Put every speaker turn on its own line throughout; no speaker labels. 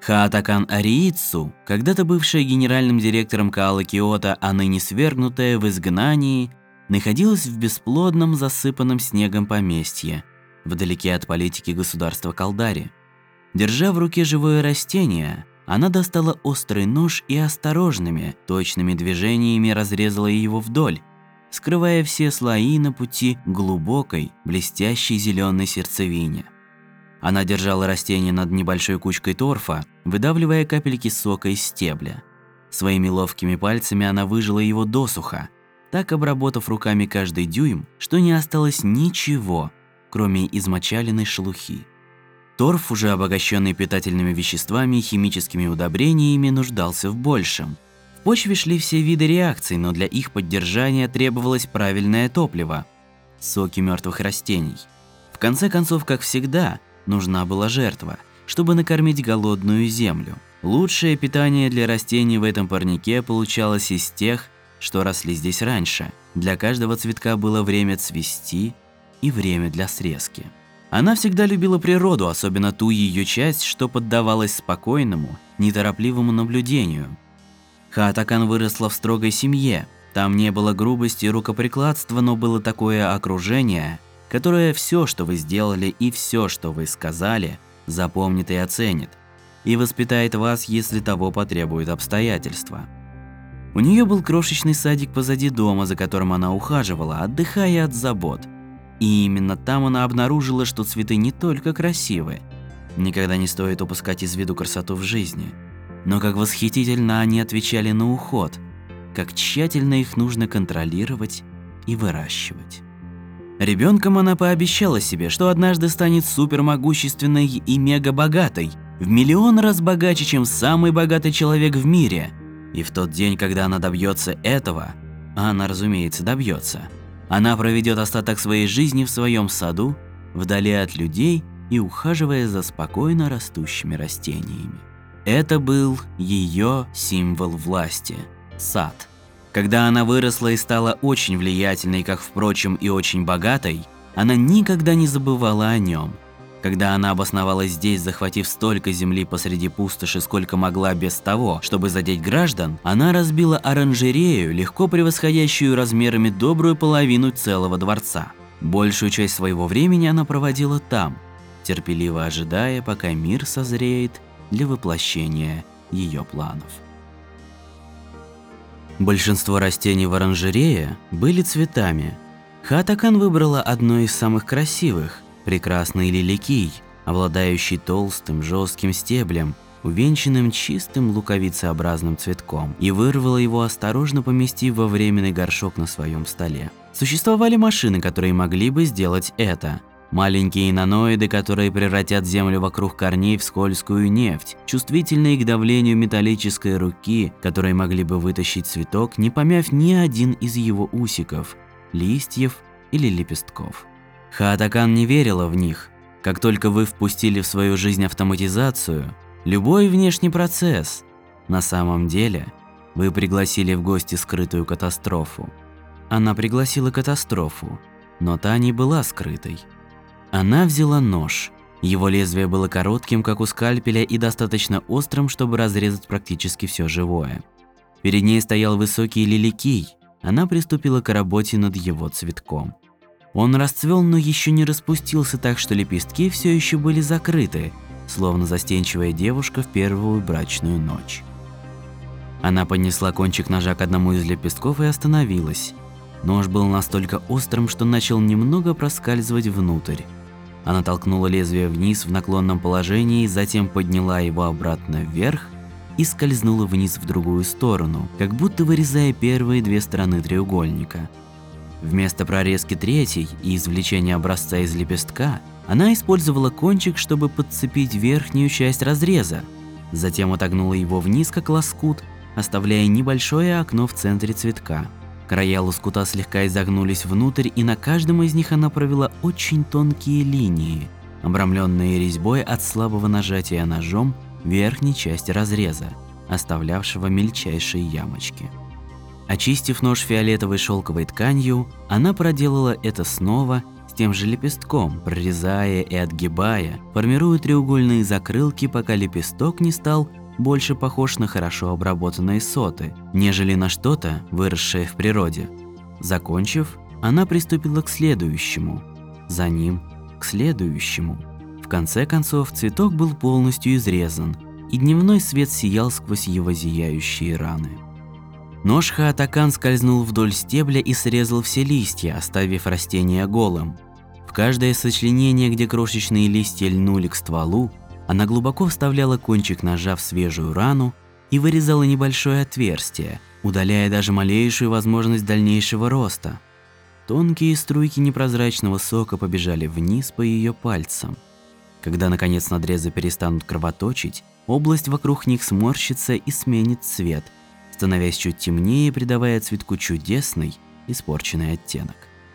Хаатакан Ариицу, когда-то бывшая генеральным директором Каала Киото, а ныне свергнутая в изгнании, находилась в бесплодном, засыпанном снегом поместье, вдалеке от политики государства Калдари. Держа в руке живое растение, она достала острый нож и осторожными, точными движениями разрезала его вдоль, скрывая все слои на пути к глубокой, блестящей зеленой сердцевине. Она держала растение над небольшой кучкой торфа, выдавливая капельки сока из стебля. Своими ловкими пальцами она выжала его досуха, так обработав руками каждый дюйм, что не осталось ничего, кроме измочаленной шелухи. Торф, уже обогащенный питательными веществами и химическими удобрениями, нуждался в большем. В почве шли все виды реакций, но для их поддержания требовалось правильное топливо – соки мертвых растений. В конце концов, как всегда, нужна была жертва, чтобы накормить голодную землю. Лучшее питание для растений в этом парнике получалось из тех, что росли здесь раньше. Для каждого цветка было время цвести и время для срезки. Она всегда любила природу, особенно ту ее часть, что поддавалась спокойному, неторопливому наблюдению. Хаатакан выросла в строгой семье. Там не было грубости и рукоприкладства, но было такое окружение, которое все, что вы сделали и все, что вы сказали, запомнит и оценит, и воспитает вас, если того потребуют обстоятельства. У нее был крошечный садик позади дома, за которым она ухаживала, отдыхая от забот. И именно там она обнаружила, что цветы не только красивы. Никогда не стоит упускать из виду красоту в жизни. Но как восхитительно они отвечали на уход, как тщательно их нужно контролировать и выращивать. Ребенком она пообещала себе, что однажды станет супермогущественной и мегабогатой, в миллион раз богаче, чем самый богатый человек в мире. И в тот день, когда она добьется этого, а она, разумеется, добьется, она проведет остаток своей жизни в своем саду, вдали от людей и ухаживая за спокойно растущими растениями. Это был ее символ власти – сад. Когда она выросла и стала очень влиятельной, как, впрочем, и очень богатой, она никогда не забывала о нем. Когда она обосновалась здесь, захватив столько земли посреди пустоши, сколько могла без того, чтобы задеть граждан, она разбила оранжерею, легко превосходящую размерами добрую половину целого дворца. Большую часть своего времени она проводила там, терпеливо ожидая, пока мир созреет для воплощения ее планов. Большинство растений в оранжерее были цветами. Хаатакан выбрала одно из самых красивых – прекрасный лиликий, обладающий толстым, жестким стеблем, увенчанным чистым луковицеобразным цветком, и вырвала его, осторожно поместив во временный горшок на своем столе. Существовали машины, которые могли бы сделать это. Маленькие наноиды, которые превратят землю вокруг корней в скользкую нефть, чувствительные к давлению металлической руки, которые могли бы вытащить цветок, не помяв ни один из его усиков, листьев или лепестков. Хаатакан не верила в них. Как только вы впустили в свою жизнь автоматизацию, любой внешний процесс, на самом деле вы пригласили в гости скрытую катастрофу. Она пригласила катастрофу, но та не была скрытой. Она взяла нож. Его лезвие было коротким, как у скальпеля, и достаточно острым, чтобы разрезать практически все живое. Перед ней стоял высокий лиликий. Она приступила к работе над его цветком. Он расцвел, но еще не распустился, так что лепестки все еще были закрыты, словно застенчивая девушка в первую брачную ночь. Она поднесла кончик ножа к одному из лепестков и остановилась. Нож был настолько острым, что начал немного проскальзывать внутрь. Она толкнула лезвие вниз в наклонном положении, затем подняла его обратно вверх и скользнула вниз в другую сторону, как будто вырезая первые две стороны треугольника. Вместо прорезки третьей и извлечения образца из лепестка, она использовала кончик, чтобы подцепить верхнюю часть разреза. Затем отогнула его вниз, как лоскут, оставляя небольшое окно в центре цветка. Края лоскута слегка изогнулись внутрь, и на каждом из них она провела очень тонкие линии, обрамленные резьбой от слабого нажатия ножом верхней части разреза, оставлявшего мельчайшие ямочки. Очистив нож фиолетовой шелковой тканью, она проделала это снова, с тем же лепестком, прорезая и отгибая, формируя треугольные закрылки, пока лепесток не стал больше похож на хорошо обработанные соты, нежели на что-то, выросшее в природе. Закончив, она приступила к следующему, за ним к следующему. В конце концов, цветок был полностью изрезан, и дневной свет сиял сквозь его зияющие раны. Нож Хаатакан скользнул вдоль стебля и срезал все листья, оставив растение голым. В каждое сочленение, где крошечные листья льнули к стволу, она глубоко вставляла кончик ножа в свежую рану и вырезала небольшое отверстие, удаляя даже малейшую возможность дальнейшего роста. Тонкие струйки непрозрачного сока побежали вниз по ее пальцам. Когда, наконец, надрезы перестанут кровоточить, область вокруг них сморщится и сменит цвет, становясь чуть темнее, придавая цветку чудесный, испорченный оттенок.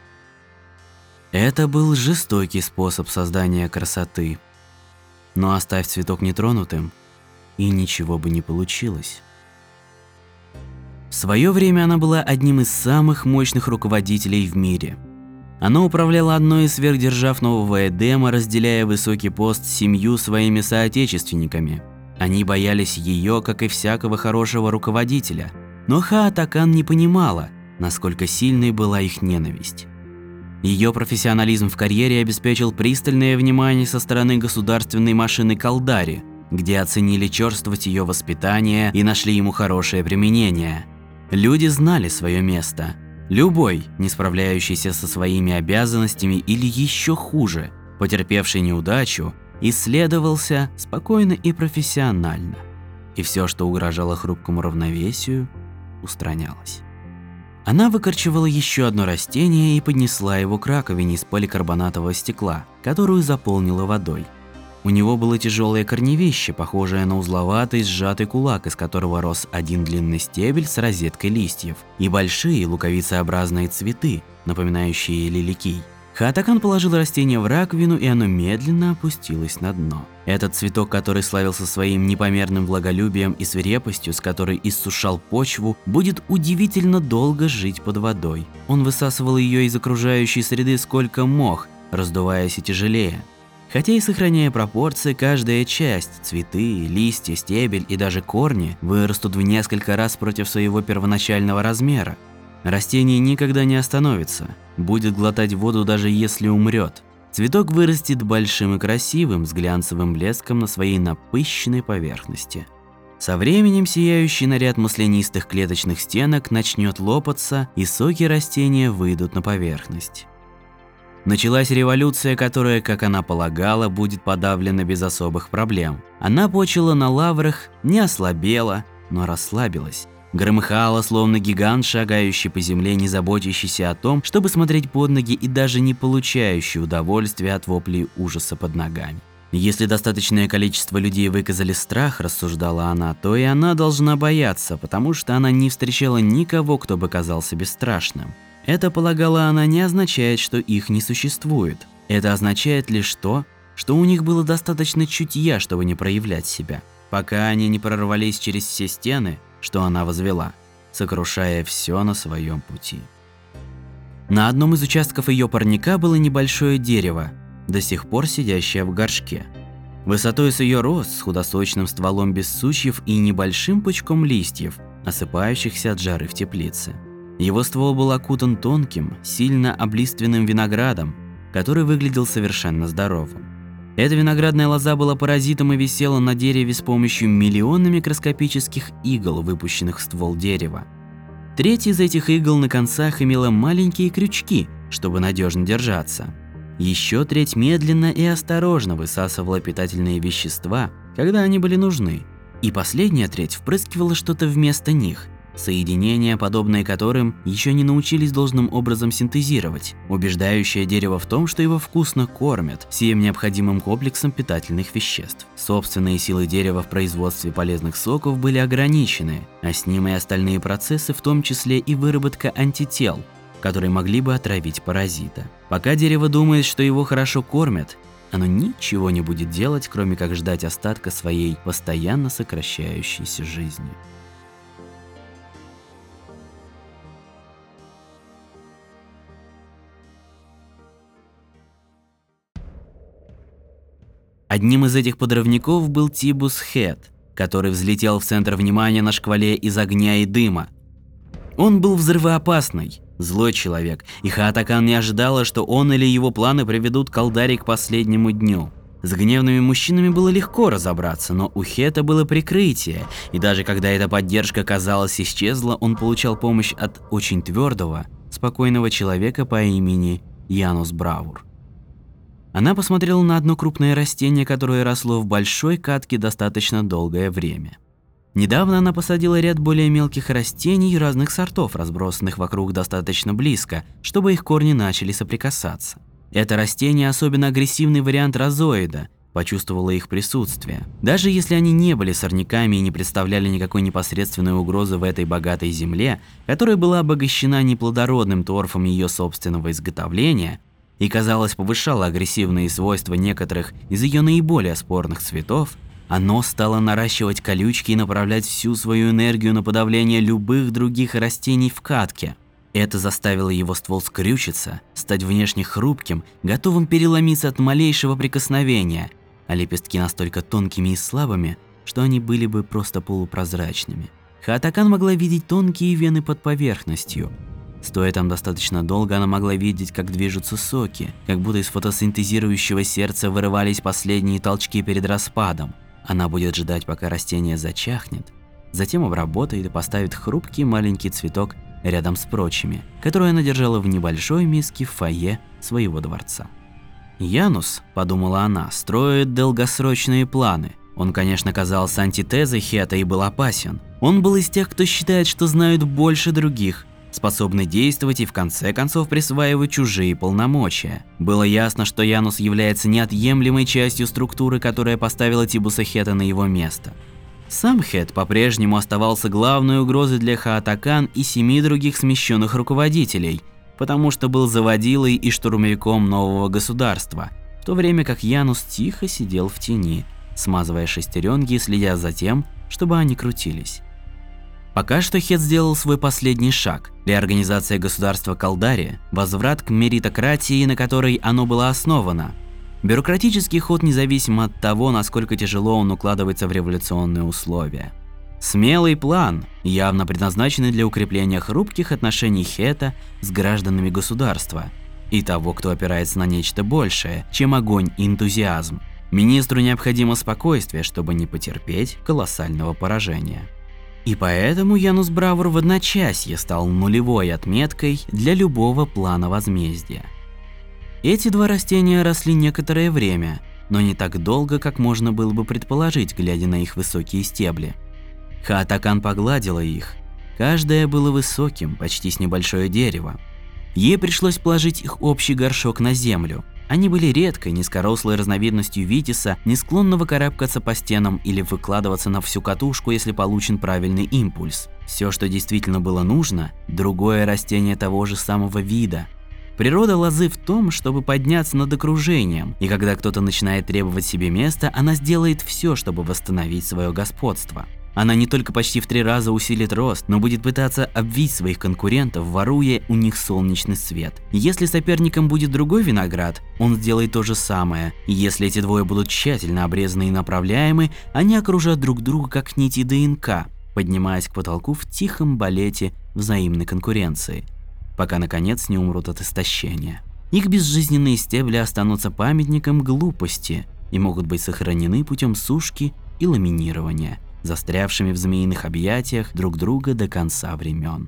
Это был жестокий способ создания красоты. Но оставь цветок нетронутым, и ничего бы не получилось. В свое время она была одним из самых мощных руководителей в мире. Она управляла одной из сверхдержав Нового Эдема, разделяя высокий пост с 7 своими соотечественниками. Они боялись ее, как и всякого хорошего руководителя, но Хаатакан не понимала, насколько сильной была их ненависть. Ее профессионализм в карьере обеспечил пристальное внимание со стороны государственной машины Калдари, где оценили черствость ее воспитания и нашли ему хорошее применение. Люди знали свое место. Любой, не справляющийся со своими обязанностями или еще хуже, потерпевший неудачу, исследовался спокойно и профессионально. И все, что угрожало хрупкому равновесию, устранялось. Она выкорчевала еще одно растение и поднесла его к раковине из поликарбонатового стекла, которую заполнила водой. У него было тяжелое корневище, похожее на узловатый сжатый кулак, из которого рос один длинный стебель с розеткой листьев, и большие луковицеобразные цветы, напоминающие лиликий. Хаатакан положил растение в раковину, и оно медленно опустилось на дно. Этот цветок, который славился своим непомерным влаголюбием и свирепостью, с которой иссушал почву, будет удивительно долго жить под водой. Он высасывал ее из окружающей среды сколько мог, раздуваясь и тяжелее. Хотя и сохраняя пропорции, каждая часть – цветы, листья, стебель и даже корни – вырастут в несколько раз против своего первоначального размера. Растение никогда не остановится, будет глотать воду, даже если умрет. Цветок вырастет большим и красивым, с глянцевым блеском на своей напыщенной поверхности. Со временем сияющий наряд маслянистых клеточных стенок начнет лопаться, и соки растения выйдут на поверхность. Началась революция, которая, как она полагала, будет подавлена без особых проблем. Она почила на лаврах, не ослабела, но расслабилась. Громыхала, словно гигант, шагающий по земле, не заботящийся о том, чтобы смотреть под ноги и даже не получающий удовольствия от воплей ужаса под ногами. Если достаточное количество людей выказали страх, рассуждала она, то и она должна бояться, потому что она не встречала никого, кто бы казался бесстрашным. Это, полагала она, не означает, что их не существует. Это означает лишь то, что у них было достаточно чутья, чтобы не проявлять себя, пока они не прорвались через все стены, что она возвела, сокрушая все на своем пути. На одном из участков ее парника было небольшое дерево, до сих пор сидящее в горшке. Высотой с ее рост, с худосочным стволом без сучьев и небольшим пучком листьев, осыпающихся от жары в теплице. Его ствол был окутан тонким, сильно облиственным виноградом, который выглядел совершенно здоровым. Эта виноградная лоза была паразитом и висела на дереве с помощью миллиона микроскопических игл, выпущенных в ствол дерева. Треть из этих игл на концах имела маленькие крючки, чтобы надежно держаться. Еще треть медленно и осторожно высасывала питательные вещества, когда они были нужны. И последняя треть впрыскивала что-то вместо них, соединения, подобные которым еще не научились должным образом синтезировать, убеждающее дерево в том, что его вкусно кормят всем необходимым комплексом питательных веществ. Собственные силы дерева в производстве полезных соков были ограничены, а с ним и остальные процессы, в том числе и выработка антител, которые могли бы отравить паразита. Пока дерево думает, что его хорошо кормят, оно ничего не будет делать, кроме как ждать остатка своей постоянно сокращающейся жизни. Одним из этих подрывников был Тибус Хет, который взлетел в центр внимания на шквале из огня и дыма. Он был взрывоопасный, злой человек, и Хаатакан не ожидала, что он или его планы приведут Калдари к последнему дню. С гневными мужчинами было легко разобраться, но у Хета было прикрытие, и даже когда эта поддержка, казалось, исчезла, он получал помощь от очень твердого, спокойного человека по имени Янус Бравур. Она посмотрела на одно крупное растение, которое росло в большой катке достаточно долгое время. Недавно она посадила ряд более мелких растений разных сортов, разбросанных вокруг достаточно близко, чтобы их корни начали соприкасаться. Это растение особенно агрессивный вариант розоида, почувствовала их присутствие. Даже если они не были сорняками и не представляли никакой непосредственной угрозы в этой богатой земле, которая была обогащена неплодородным торфом ее собственного изготовления и, казалось, повышала агрессивные свойства некоторых из ее наиболее спорных цветов, оно стало наращивать колючки и направлять всю свою энергию на подавление любых других растений в катке. Это заставило его ствол скрючиться, стать внешне хрупким, готовым переломиться от малейшего прикосновения, а лепестки настолько тонкими и слабыми, что они были бы просто полупрозрачными. Хаатакан могла видеть тонкие вены под поверхностью. Стоя там достаточно долго, она могла видеть, как движутся соки, как будто из фотосинтезирующего сердца вырывались последние толчки перед распадом. Она будет ждать, пока растение зачахнет, затем обработает и поставит хрупкий маленький цветок рядом с прочими, которые она держала в небольшой миске в фойе своего дворца. «Янус», – подумала она, – строит долгосрочные планы. Он, конечно, казался антитезой Хета и был опасен. Он был из тех, кто считает, что знают больше других, способны действовать и в конце концов присваивать чужие полномочия. Было ясно, что Янус является неотъемлемой частью структуры, которая поставила Тибуса Хета на его место. Сам Хет по-прежнему оставался главной угрозой для Хаатакан и 7 других смещенных руководителей, потому что был заводилой и штурмовиком нового государства, в то время как Янус тихо сидел в тени, смазывая шестеренки и следя за тем, чтобы они крутились. Пока что Хет сделал свой последний шаг – реорганизация государства Калдари, возврат к меритократии, на которой оно было основано. Бюрократический ход, независимо от того, насколько тяжело он укладывается в революционные условия. Смелый план, явно предназначенный для укрепления хрупких отношений Хета с гражданами государства и того, кто опирается на нечто большее, чем огонь и энтузиазм. Министру необходимо спокойствие, чтобы не потерпеть колоссального поражения. И поэтому Янус Бравур в одночасье стал нулевой отметкой для любого плана возмездия. Эти 2 растения росли некоторое время, но не так долго, как можно было бы предположить, глядя на их высокие стебли. Хаатакан погладила их. Каждое было высоким, почти с небольшое дерево. Ей пришлось положить их общий горшок на землю. Они были редкой, низкорослой разновидностью витиса, не склонного карабкаться по стенам или выкладываться на всю катушку, если получен правильный импульс. Все, что действительно было нужно – другое растение того же самого вида. Природа лозы в том, чтобы подняться над окружением, и когда кто-то начинает требовать себе места, она сделает все, чтобы восстановить свое господство. Она не только почти в 3 раза усилит рост, но будет пытаться обвить своих конкурентов, воруя у них солнечный свет. Если соперником будет другой виноград, он сделает то же самое. И если эти двое будут тщательно обрезаны и направляемы, они окружат друг друга как нити ДНК, поднимаясь к потолку в тихом балете взаимной конкуренции, пока наконец не умрут от истощения. Их безжизненные стебли останутся памятником глупости и могут быть сохранены путем сушки и ламинирования, застрявшими в змеиных объятиях друг друга до конца времен.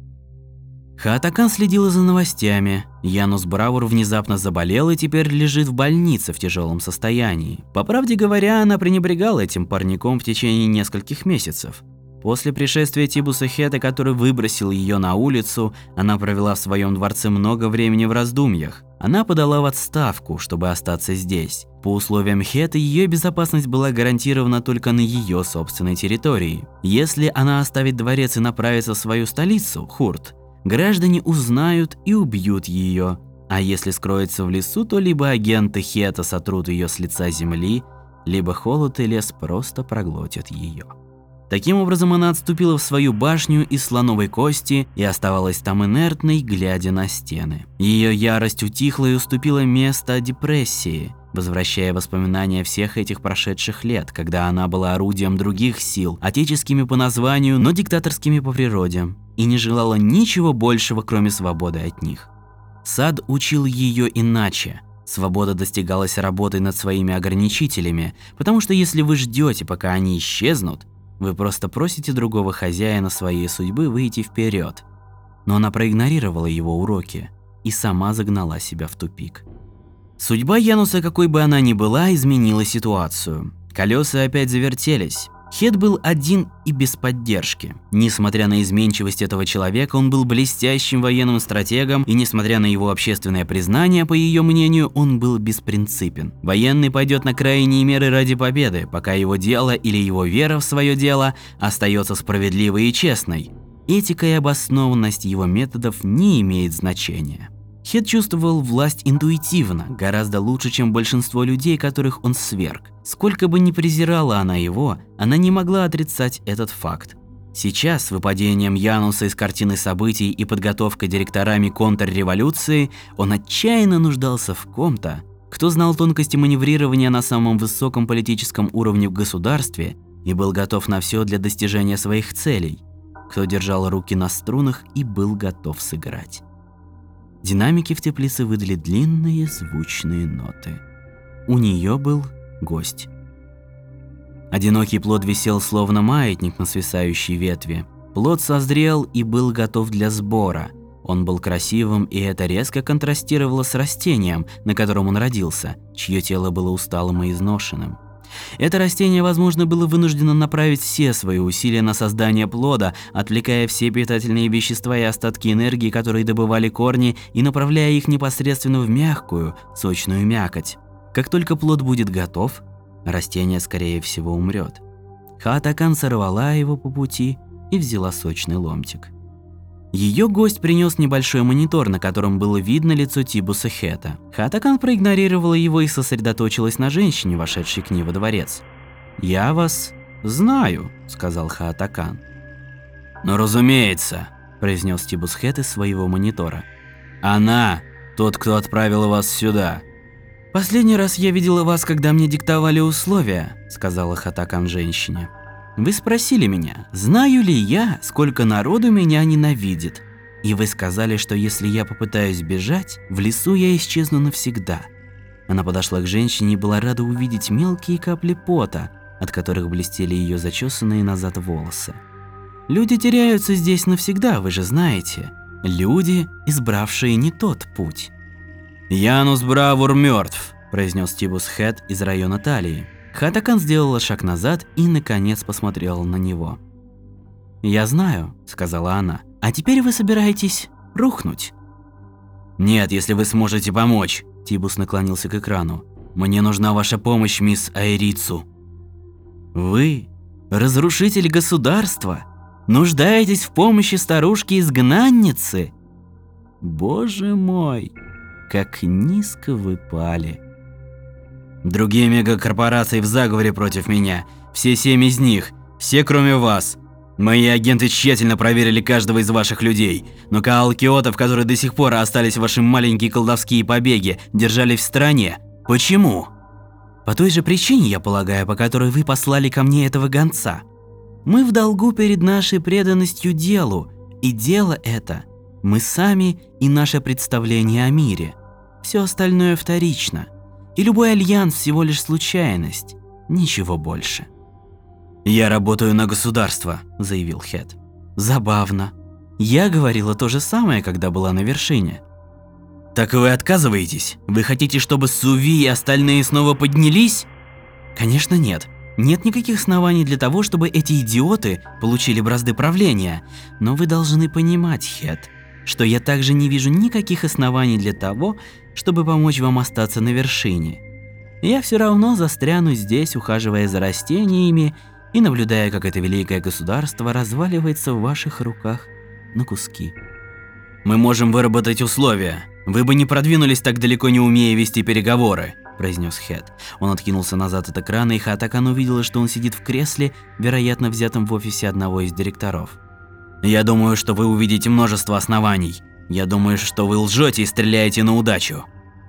Хаатакан следила за новостями. Янус Бравур внезапно заболел и теперь лежит в больнице в тяжелом состоянии. По правде говоря, она пренебрегала этим парником в течение нескольких месяцев. После пришествия Тибуса Хета, который выбросил ее на улицу, она провела в своем дворце много времени в раздумьях. Она подала в отставку, чтобы остаться здесь. По условиям Хета ее безопасность была гарантирована только на ее собственной территории. Если она оставит дворец и направится в свою столицу, Хурт, граждане узнают и убьют ее. А если скроется в лесу, то либо агенты Хета сотрут ее с лица земли, либо холод и лес просто проглотят ее. Таким образом, она отступила в свою башню из слоновой кости и оставалась там инертной, глядя на стены. Ее ярость утихла и уступила место депрессии. возвращая воспоминания всех этих прошедших лет, когда она была орудием других сил, отеческими по названию, но диктаторскими по природе, и не желала ничего большего, кроме свободы от них. Сад учил ее иначе. Свобода достигалась работой над своими ограничителями, потому что если вы ждете, пока они исчезнут, вы просто просите другого хозяина своей судьбы выйти вперед. Но она проигнорировала его уроки и сама загнала себя в тупик. Судьба Януса, какой бы она ни была, изменила ситуацию. Колеса опять завертелись. Хед был один и без поддержки. Несмотря на изменчивость этого человека, он был блестящим военным стратегом, и несмотря на его общественное признание, по ее мнению, он был беспринципен. Военный пойдет на крайние меры ради победы, пока его дело или его вера в свое дело остается справедливой и честной. Этика и обоснованность его методов не имеет значения. Хед чувствовал власть интуитивно, гораздо лучше, чем большинство людей, которых он сверг. Сколько бы ни презирала она его, она не могла отрицать этот факт. Сейчас, с выпадением Януса из картины событий и подготовкой директорами контрреволюции, он отчаянно нуждался в ком-то, кто знал тонкости маневрирования на самом высоком политическом уровне в государстве и был готов на все для достижения своих целей, кто держал руки на струнах и был готов сыграть. Динамики в теплице выдали длинные звучные ноты. У нее был гость. Одинокий плод висел словно маятник на свисающей ветви. Плод созрел и был готов для сбора. Он был красивым, и это резко контрастировало с растением, на котором он родился, чье тело было усталым и изношенным. Это растение, возможно, было вынуждено направить все свои усилия на создание плода, отвлекая все питательные вещества и остатки энергии, которые добывали корни, и направляя их непосредственно в мягкую, сочную мякоть. Как только плод будет готов, растение, скорее всего, умрет. Хаатакан сорвала его по пути и взяла сочный ломтик. Ее гость принес небольшой монитор, на котором было видно лицо Тибуса Хета. Хаатакан проигнорировала его и сосредоточилась на женщине, вошедшей к ней во дворец. «Я вас знаю», — сказал Хаатакан. «Ну, разумеется», — произнес Тибус Хет из своего монитора. «Она тот, кто отправил вас сюда». «Последний раз я видела вас, когда мне диктовали условия», — сказала Хаатакан женщине. «Вы спросили меня, знаю ли я, сколько народу меня ненавидит, и вы сказали, что если я попытаюсь бежать, в лесу я исчезну навсегда». Она подошла к женщине и была рада увидеть мелкие капли пота, от которых блестели ее зачесанные назад волосы. «Люди теряются здесь навсегда, вы же знаете. Люди, избравшие не тот путь». «Янус Бравур мертв», – произнес Тибус Хет из района Талии. Хаатакан сделала шаг назад и, наконец, посмотрела на него. «Я знаю», — сказала она. «А теперь вы собираетесь рухнуть?» «Нет, если вы сможете помочь», — Тибус наклонился к экрану. «Мне нужна ваша помощь, мисс Айрицу». «Вы, разрушитель государства, нуждаетесь в помощи старушки-изгнанницы? Боже мой, как низко вы пали!» «Другие мегакорпорации в заговоре против меня. Все 7 из них. Все, кроме вас. Мои агенты тщательно проверили каждого из ваших людей. Но Каал Киотов, которые до сих пор остались ваши маленькие колдовские побеги, держали в стороне. Почему?» «По той же причине, я полагаю, по которой вы послали ко мне этого гонца. Мы в долгу перед нашей преданностью делу. И дело это мы сами и наше представление о мире. Все остальное вторично. И любой альянс всего лишь случайность, ничего больше». «Я работаю на государство», — заявил Хет. «Забавно. Я говорила то же самое, когда была на вершине». «Так вы отказываетесь? Вы хотите, чтобы Суви и остальные снова поднялись?» «Конечно нет. Нет никаких оснований для того, чтобы эти идиоты получили бразды правления. Но вы должны понимать, Хет, что я также не вижу никаких оснований для того, чтобы помочь вам остаться на вершине. Я все равно застряну здесь, ухаживая за растениями и наблюдая, как это великое государство разваливается в ваших руках на куски». «Мы можем выработать условия. Вы бы не продвинулись так далеко, не умея вести переговоры», – произнес Хет. Он откинулся назад от экрана, и Хаатакан увидела, что он сидит в кресле, вероятно, взятом в офисе одного из директоров. «Я думаю, что вы увидите множество оснований. Я думаю, что вы лжете и стреляете на удачу».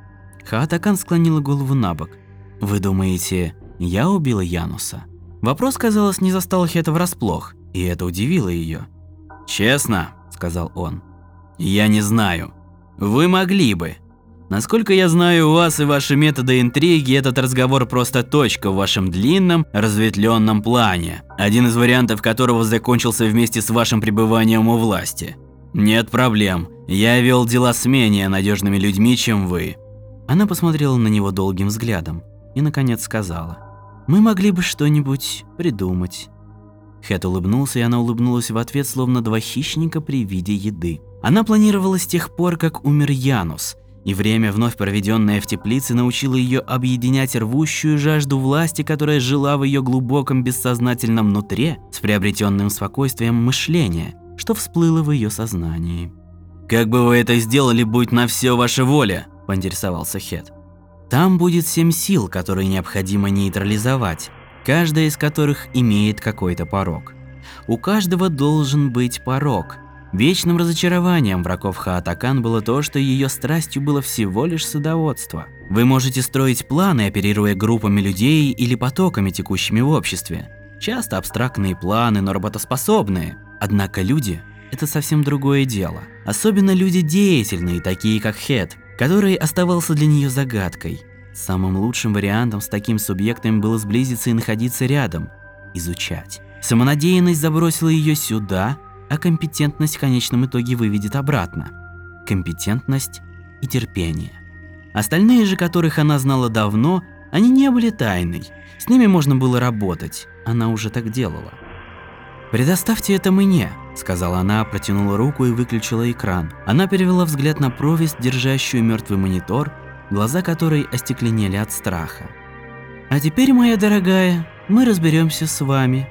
Хаатакан склонила голову набок. «Вы думаете, я убила Януса?» Вопрос, казалось, не застал Хета врасплох, и это удивило ее. «Честно», — сказал он, — «я не знаю. Вы могли бы. Насколько я знаю вас и ваши методы интриги, этот разговор просто точка в вашем длинном, разветвленном плане, один из вариантов которого закончился вместе с вашим пребыванием у власти. Нет проблем, я вел дела с менее надежными людьми, чем вы». Она посмотрела на него долгим взглядом и, наконец, сказала: «Мы могли бы что-нибудь придумать». Хет улыбнулся, и она улыбнулась в ответ, словно два хищника при виде еды. Она планировала с тех пор, как умер Янус, и время, вновь проведенное в теплице, научило ее объединять рвущую жажду власти, которая жила в ее глубоком бессознательном нутре, с приобретенным спокойствием мышления, что всплыло в ее сознании. «Как бы вы это сделали, будь на все ваша воля?» – поинтересовался Хет. «Там будет 7 сил, которые необходимо нейтрализовать, каждая из которых имеет какой-то порог. У каждого должен быть порог». Вечным разочарованием врагов Хаатакан было то, что ее страстью было всего лишь садоводство. Вы можете строить планы, оперируя группами людей или потоками, текущими в обществе. Часто абстрактные планы, но работоспособные. Однако люди – это совсем другое дело. Особенно люди деятельные, такие как Хет, который оставался для нее загадкой. Самым лучшим вариантом с таким субъектом было сблизиться и находиться рядом, изучать. Самонадеянность забросила ее сюда, а компетентность в конечном итоге выведет обратно. Компетентность и терпение. Остальные же, которых она знала давно, они не были тайной. С ними можно было работать, она уже так делала. «Предоставьте это мне», — сказала она, протянула руку и выключила экран. Она перевела взгляд на Провис, держащую мертвый монитор, глаза которой остекленели от страха. «А теперь, моя дорогая, мы разберемся с вами».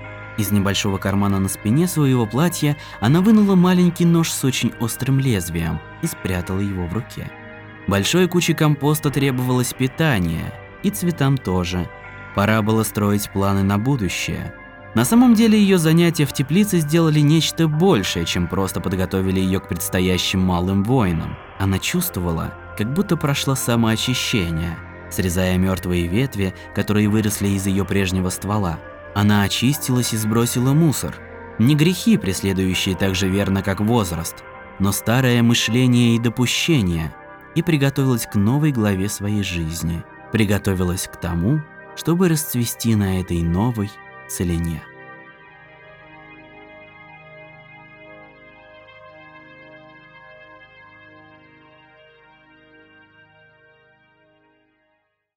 Из небольшого кармана на спине своего платья она вынула маленький нож с очень острым лезвием и спрятала его в руке. Большой куче компоста требовалось питание, и цветам тоже. Пора было строить планы на будущее. На самом деле ее занятия в теплице сделали нечто большее, чем просто подготовили ее к предстоящим малым войнам. Она чувствовала, как будто прошла самоочищение, срезая мертвые ветви, которые выросли из ее прежнего ствола. Она очистилась и сбросила мусор. Не грехи, преследующие так же верно, как возраст, но старое мышление и допущение, и приготовилась к новой главе своей жизни. Приготовилась к тому, чтобы расцвести на этой новой целине.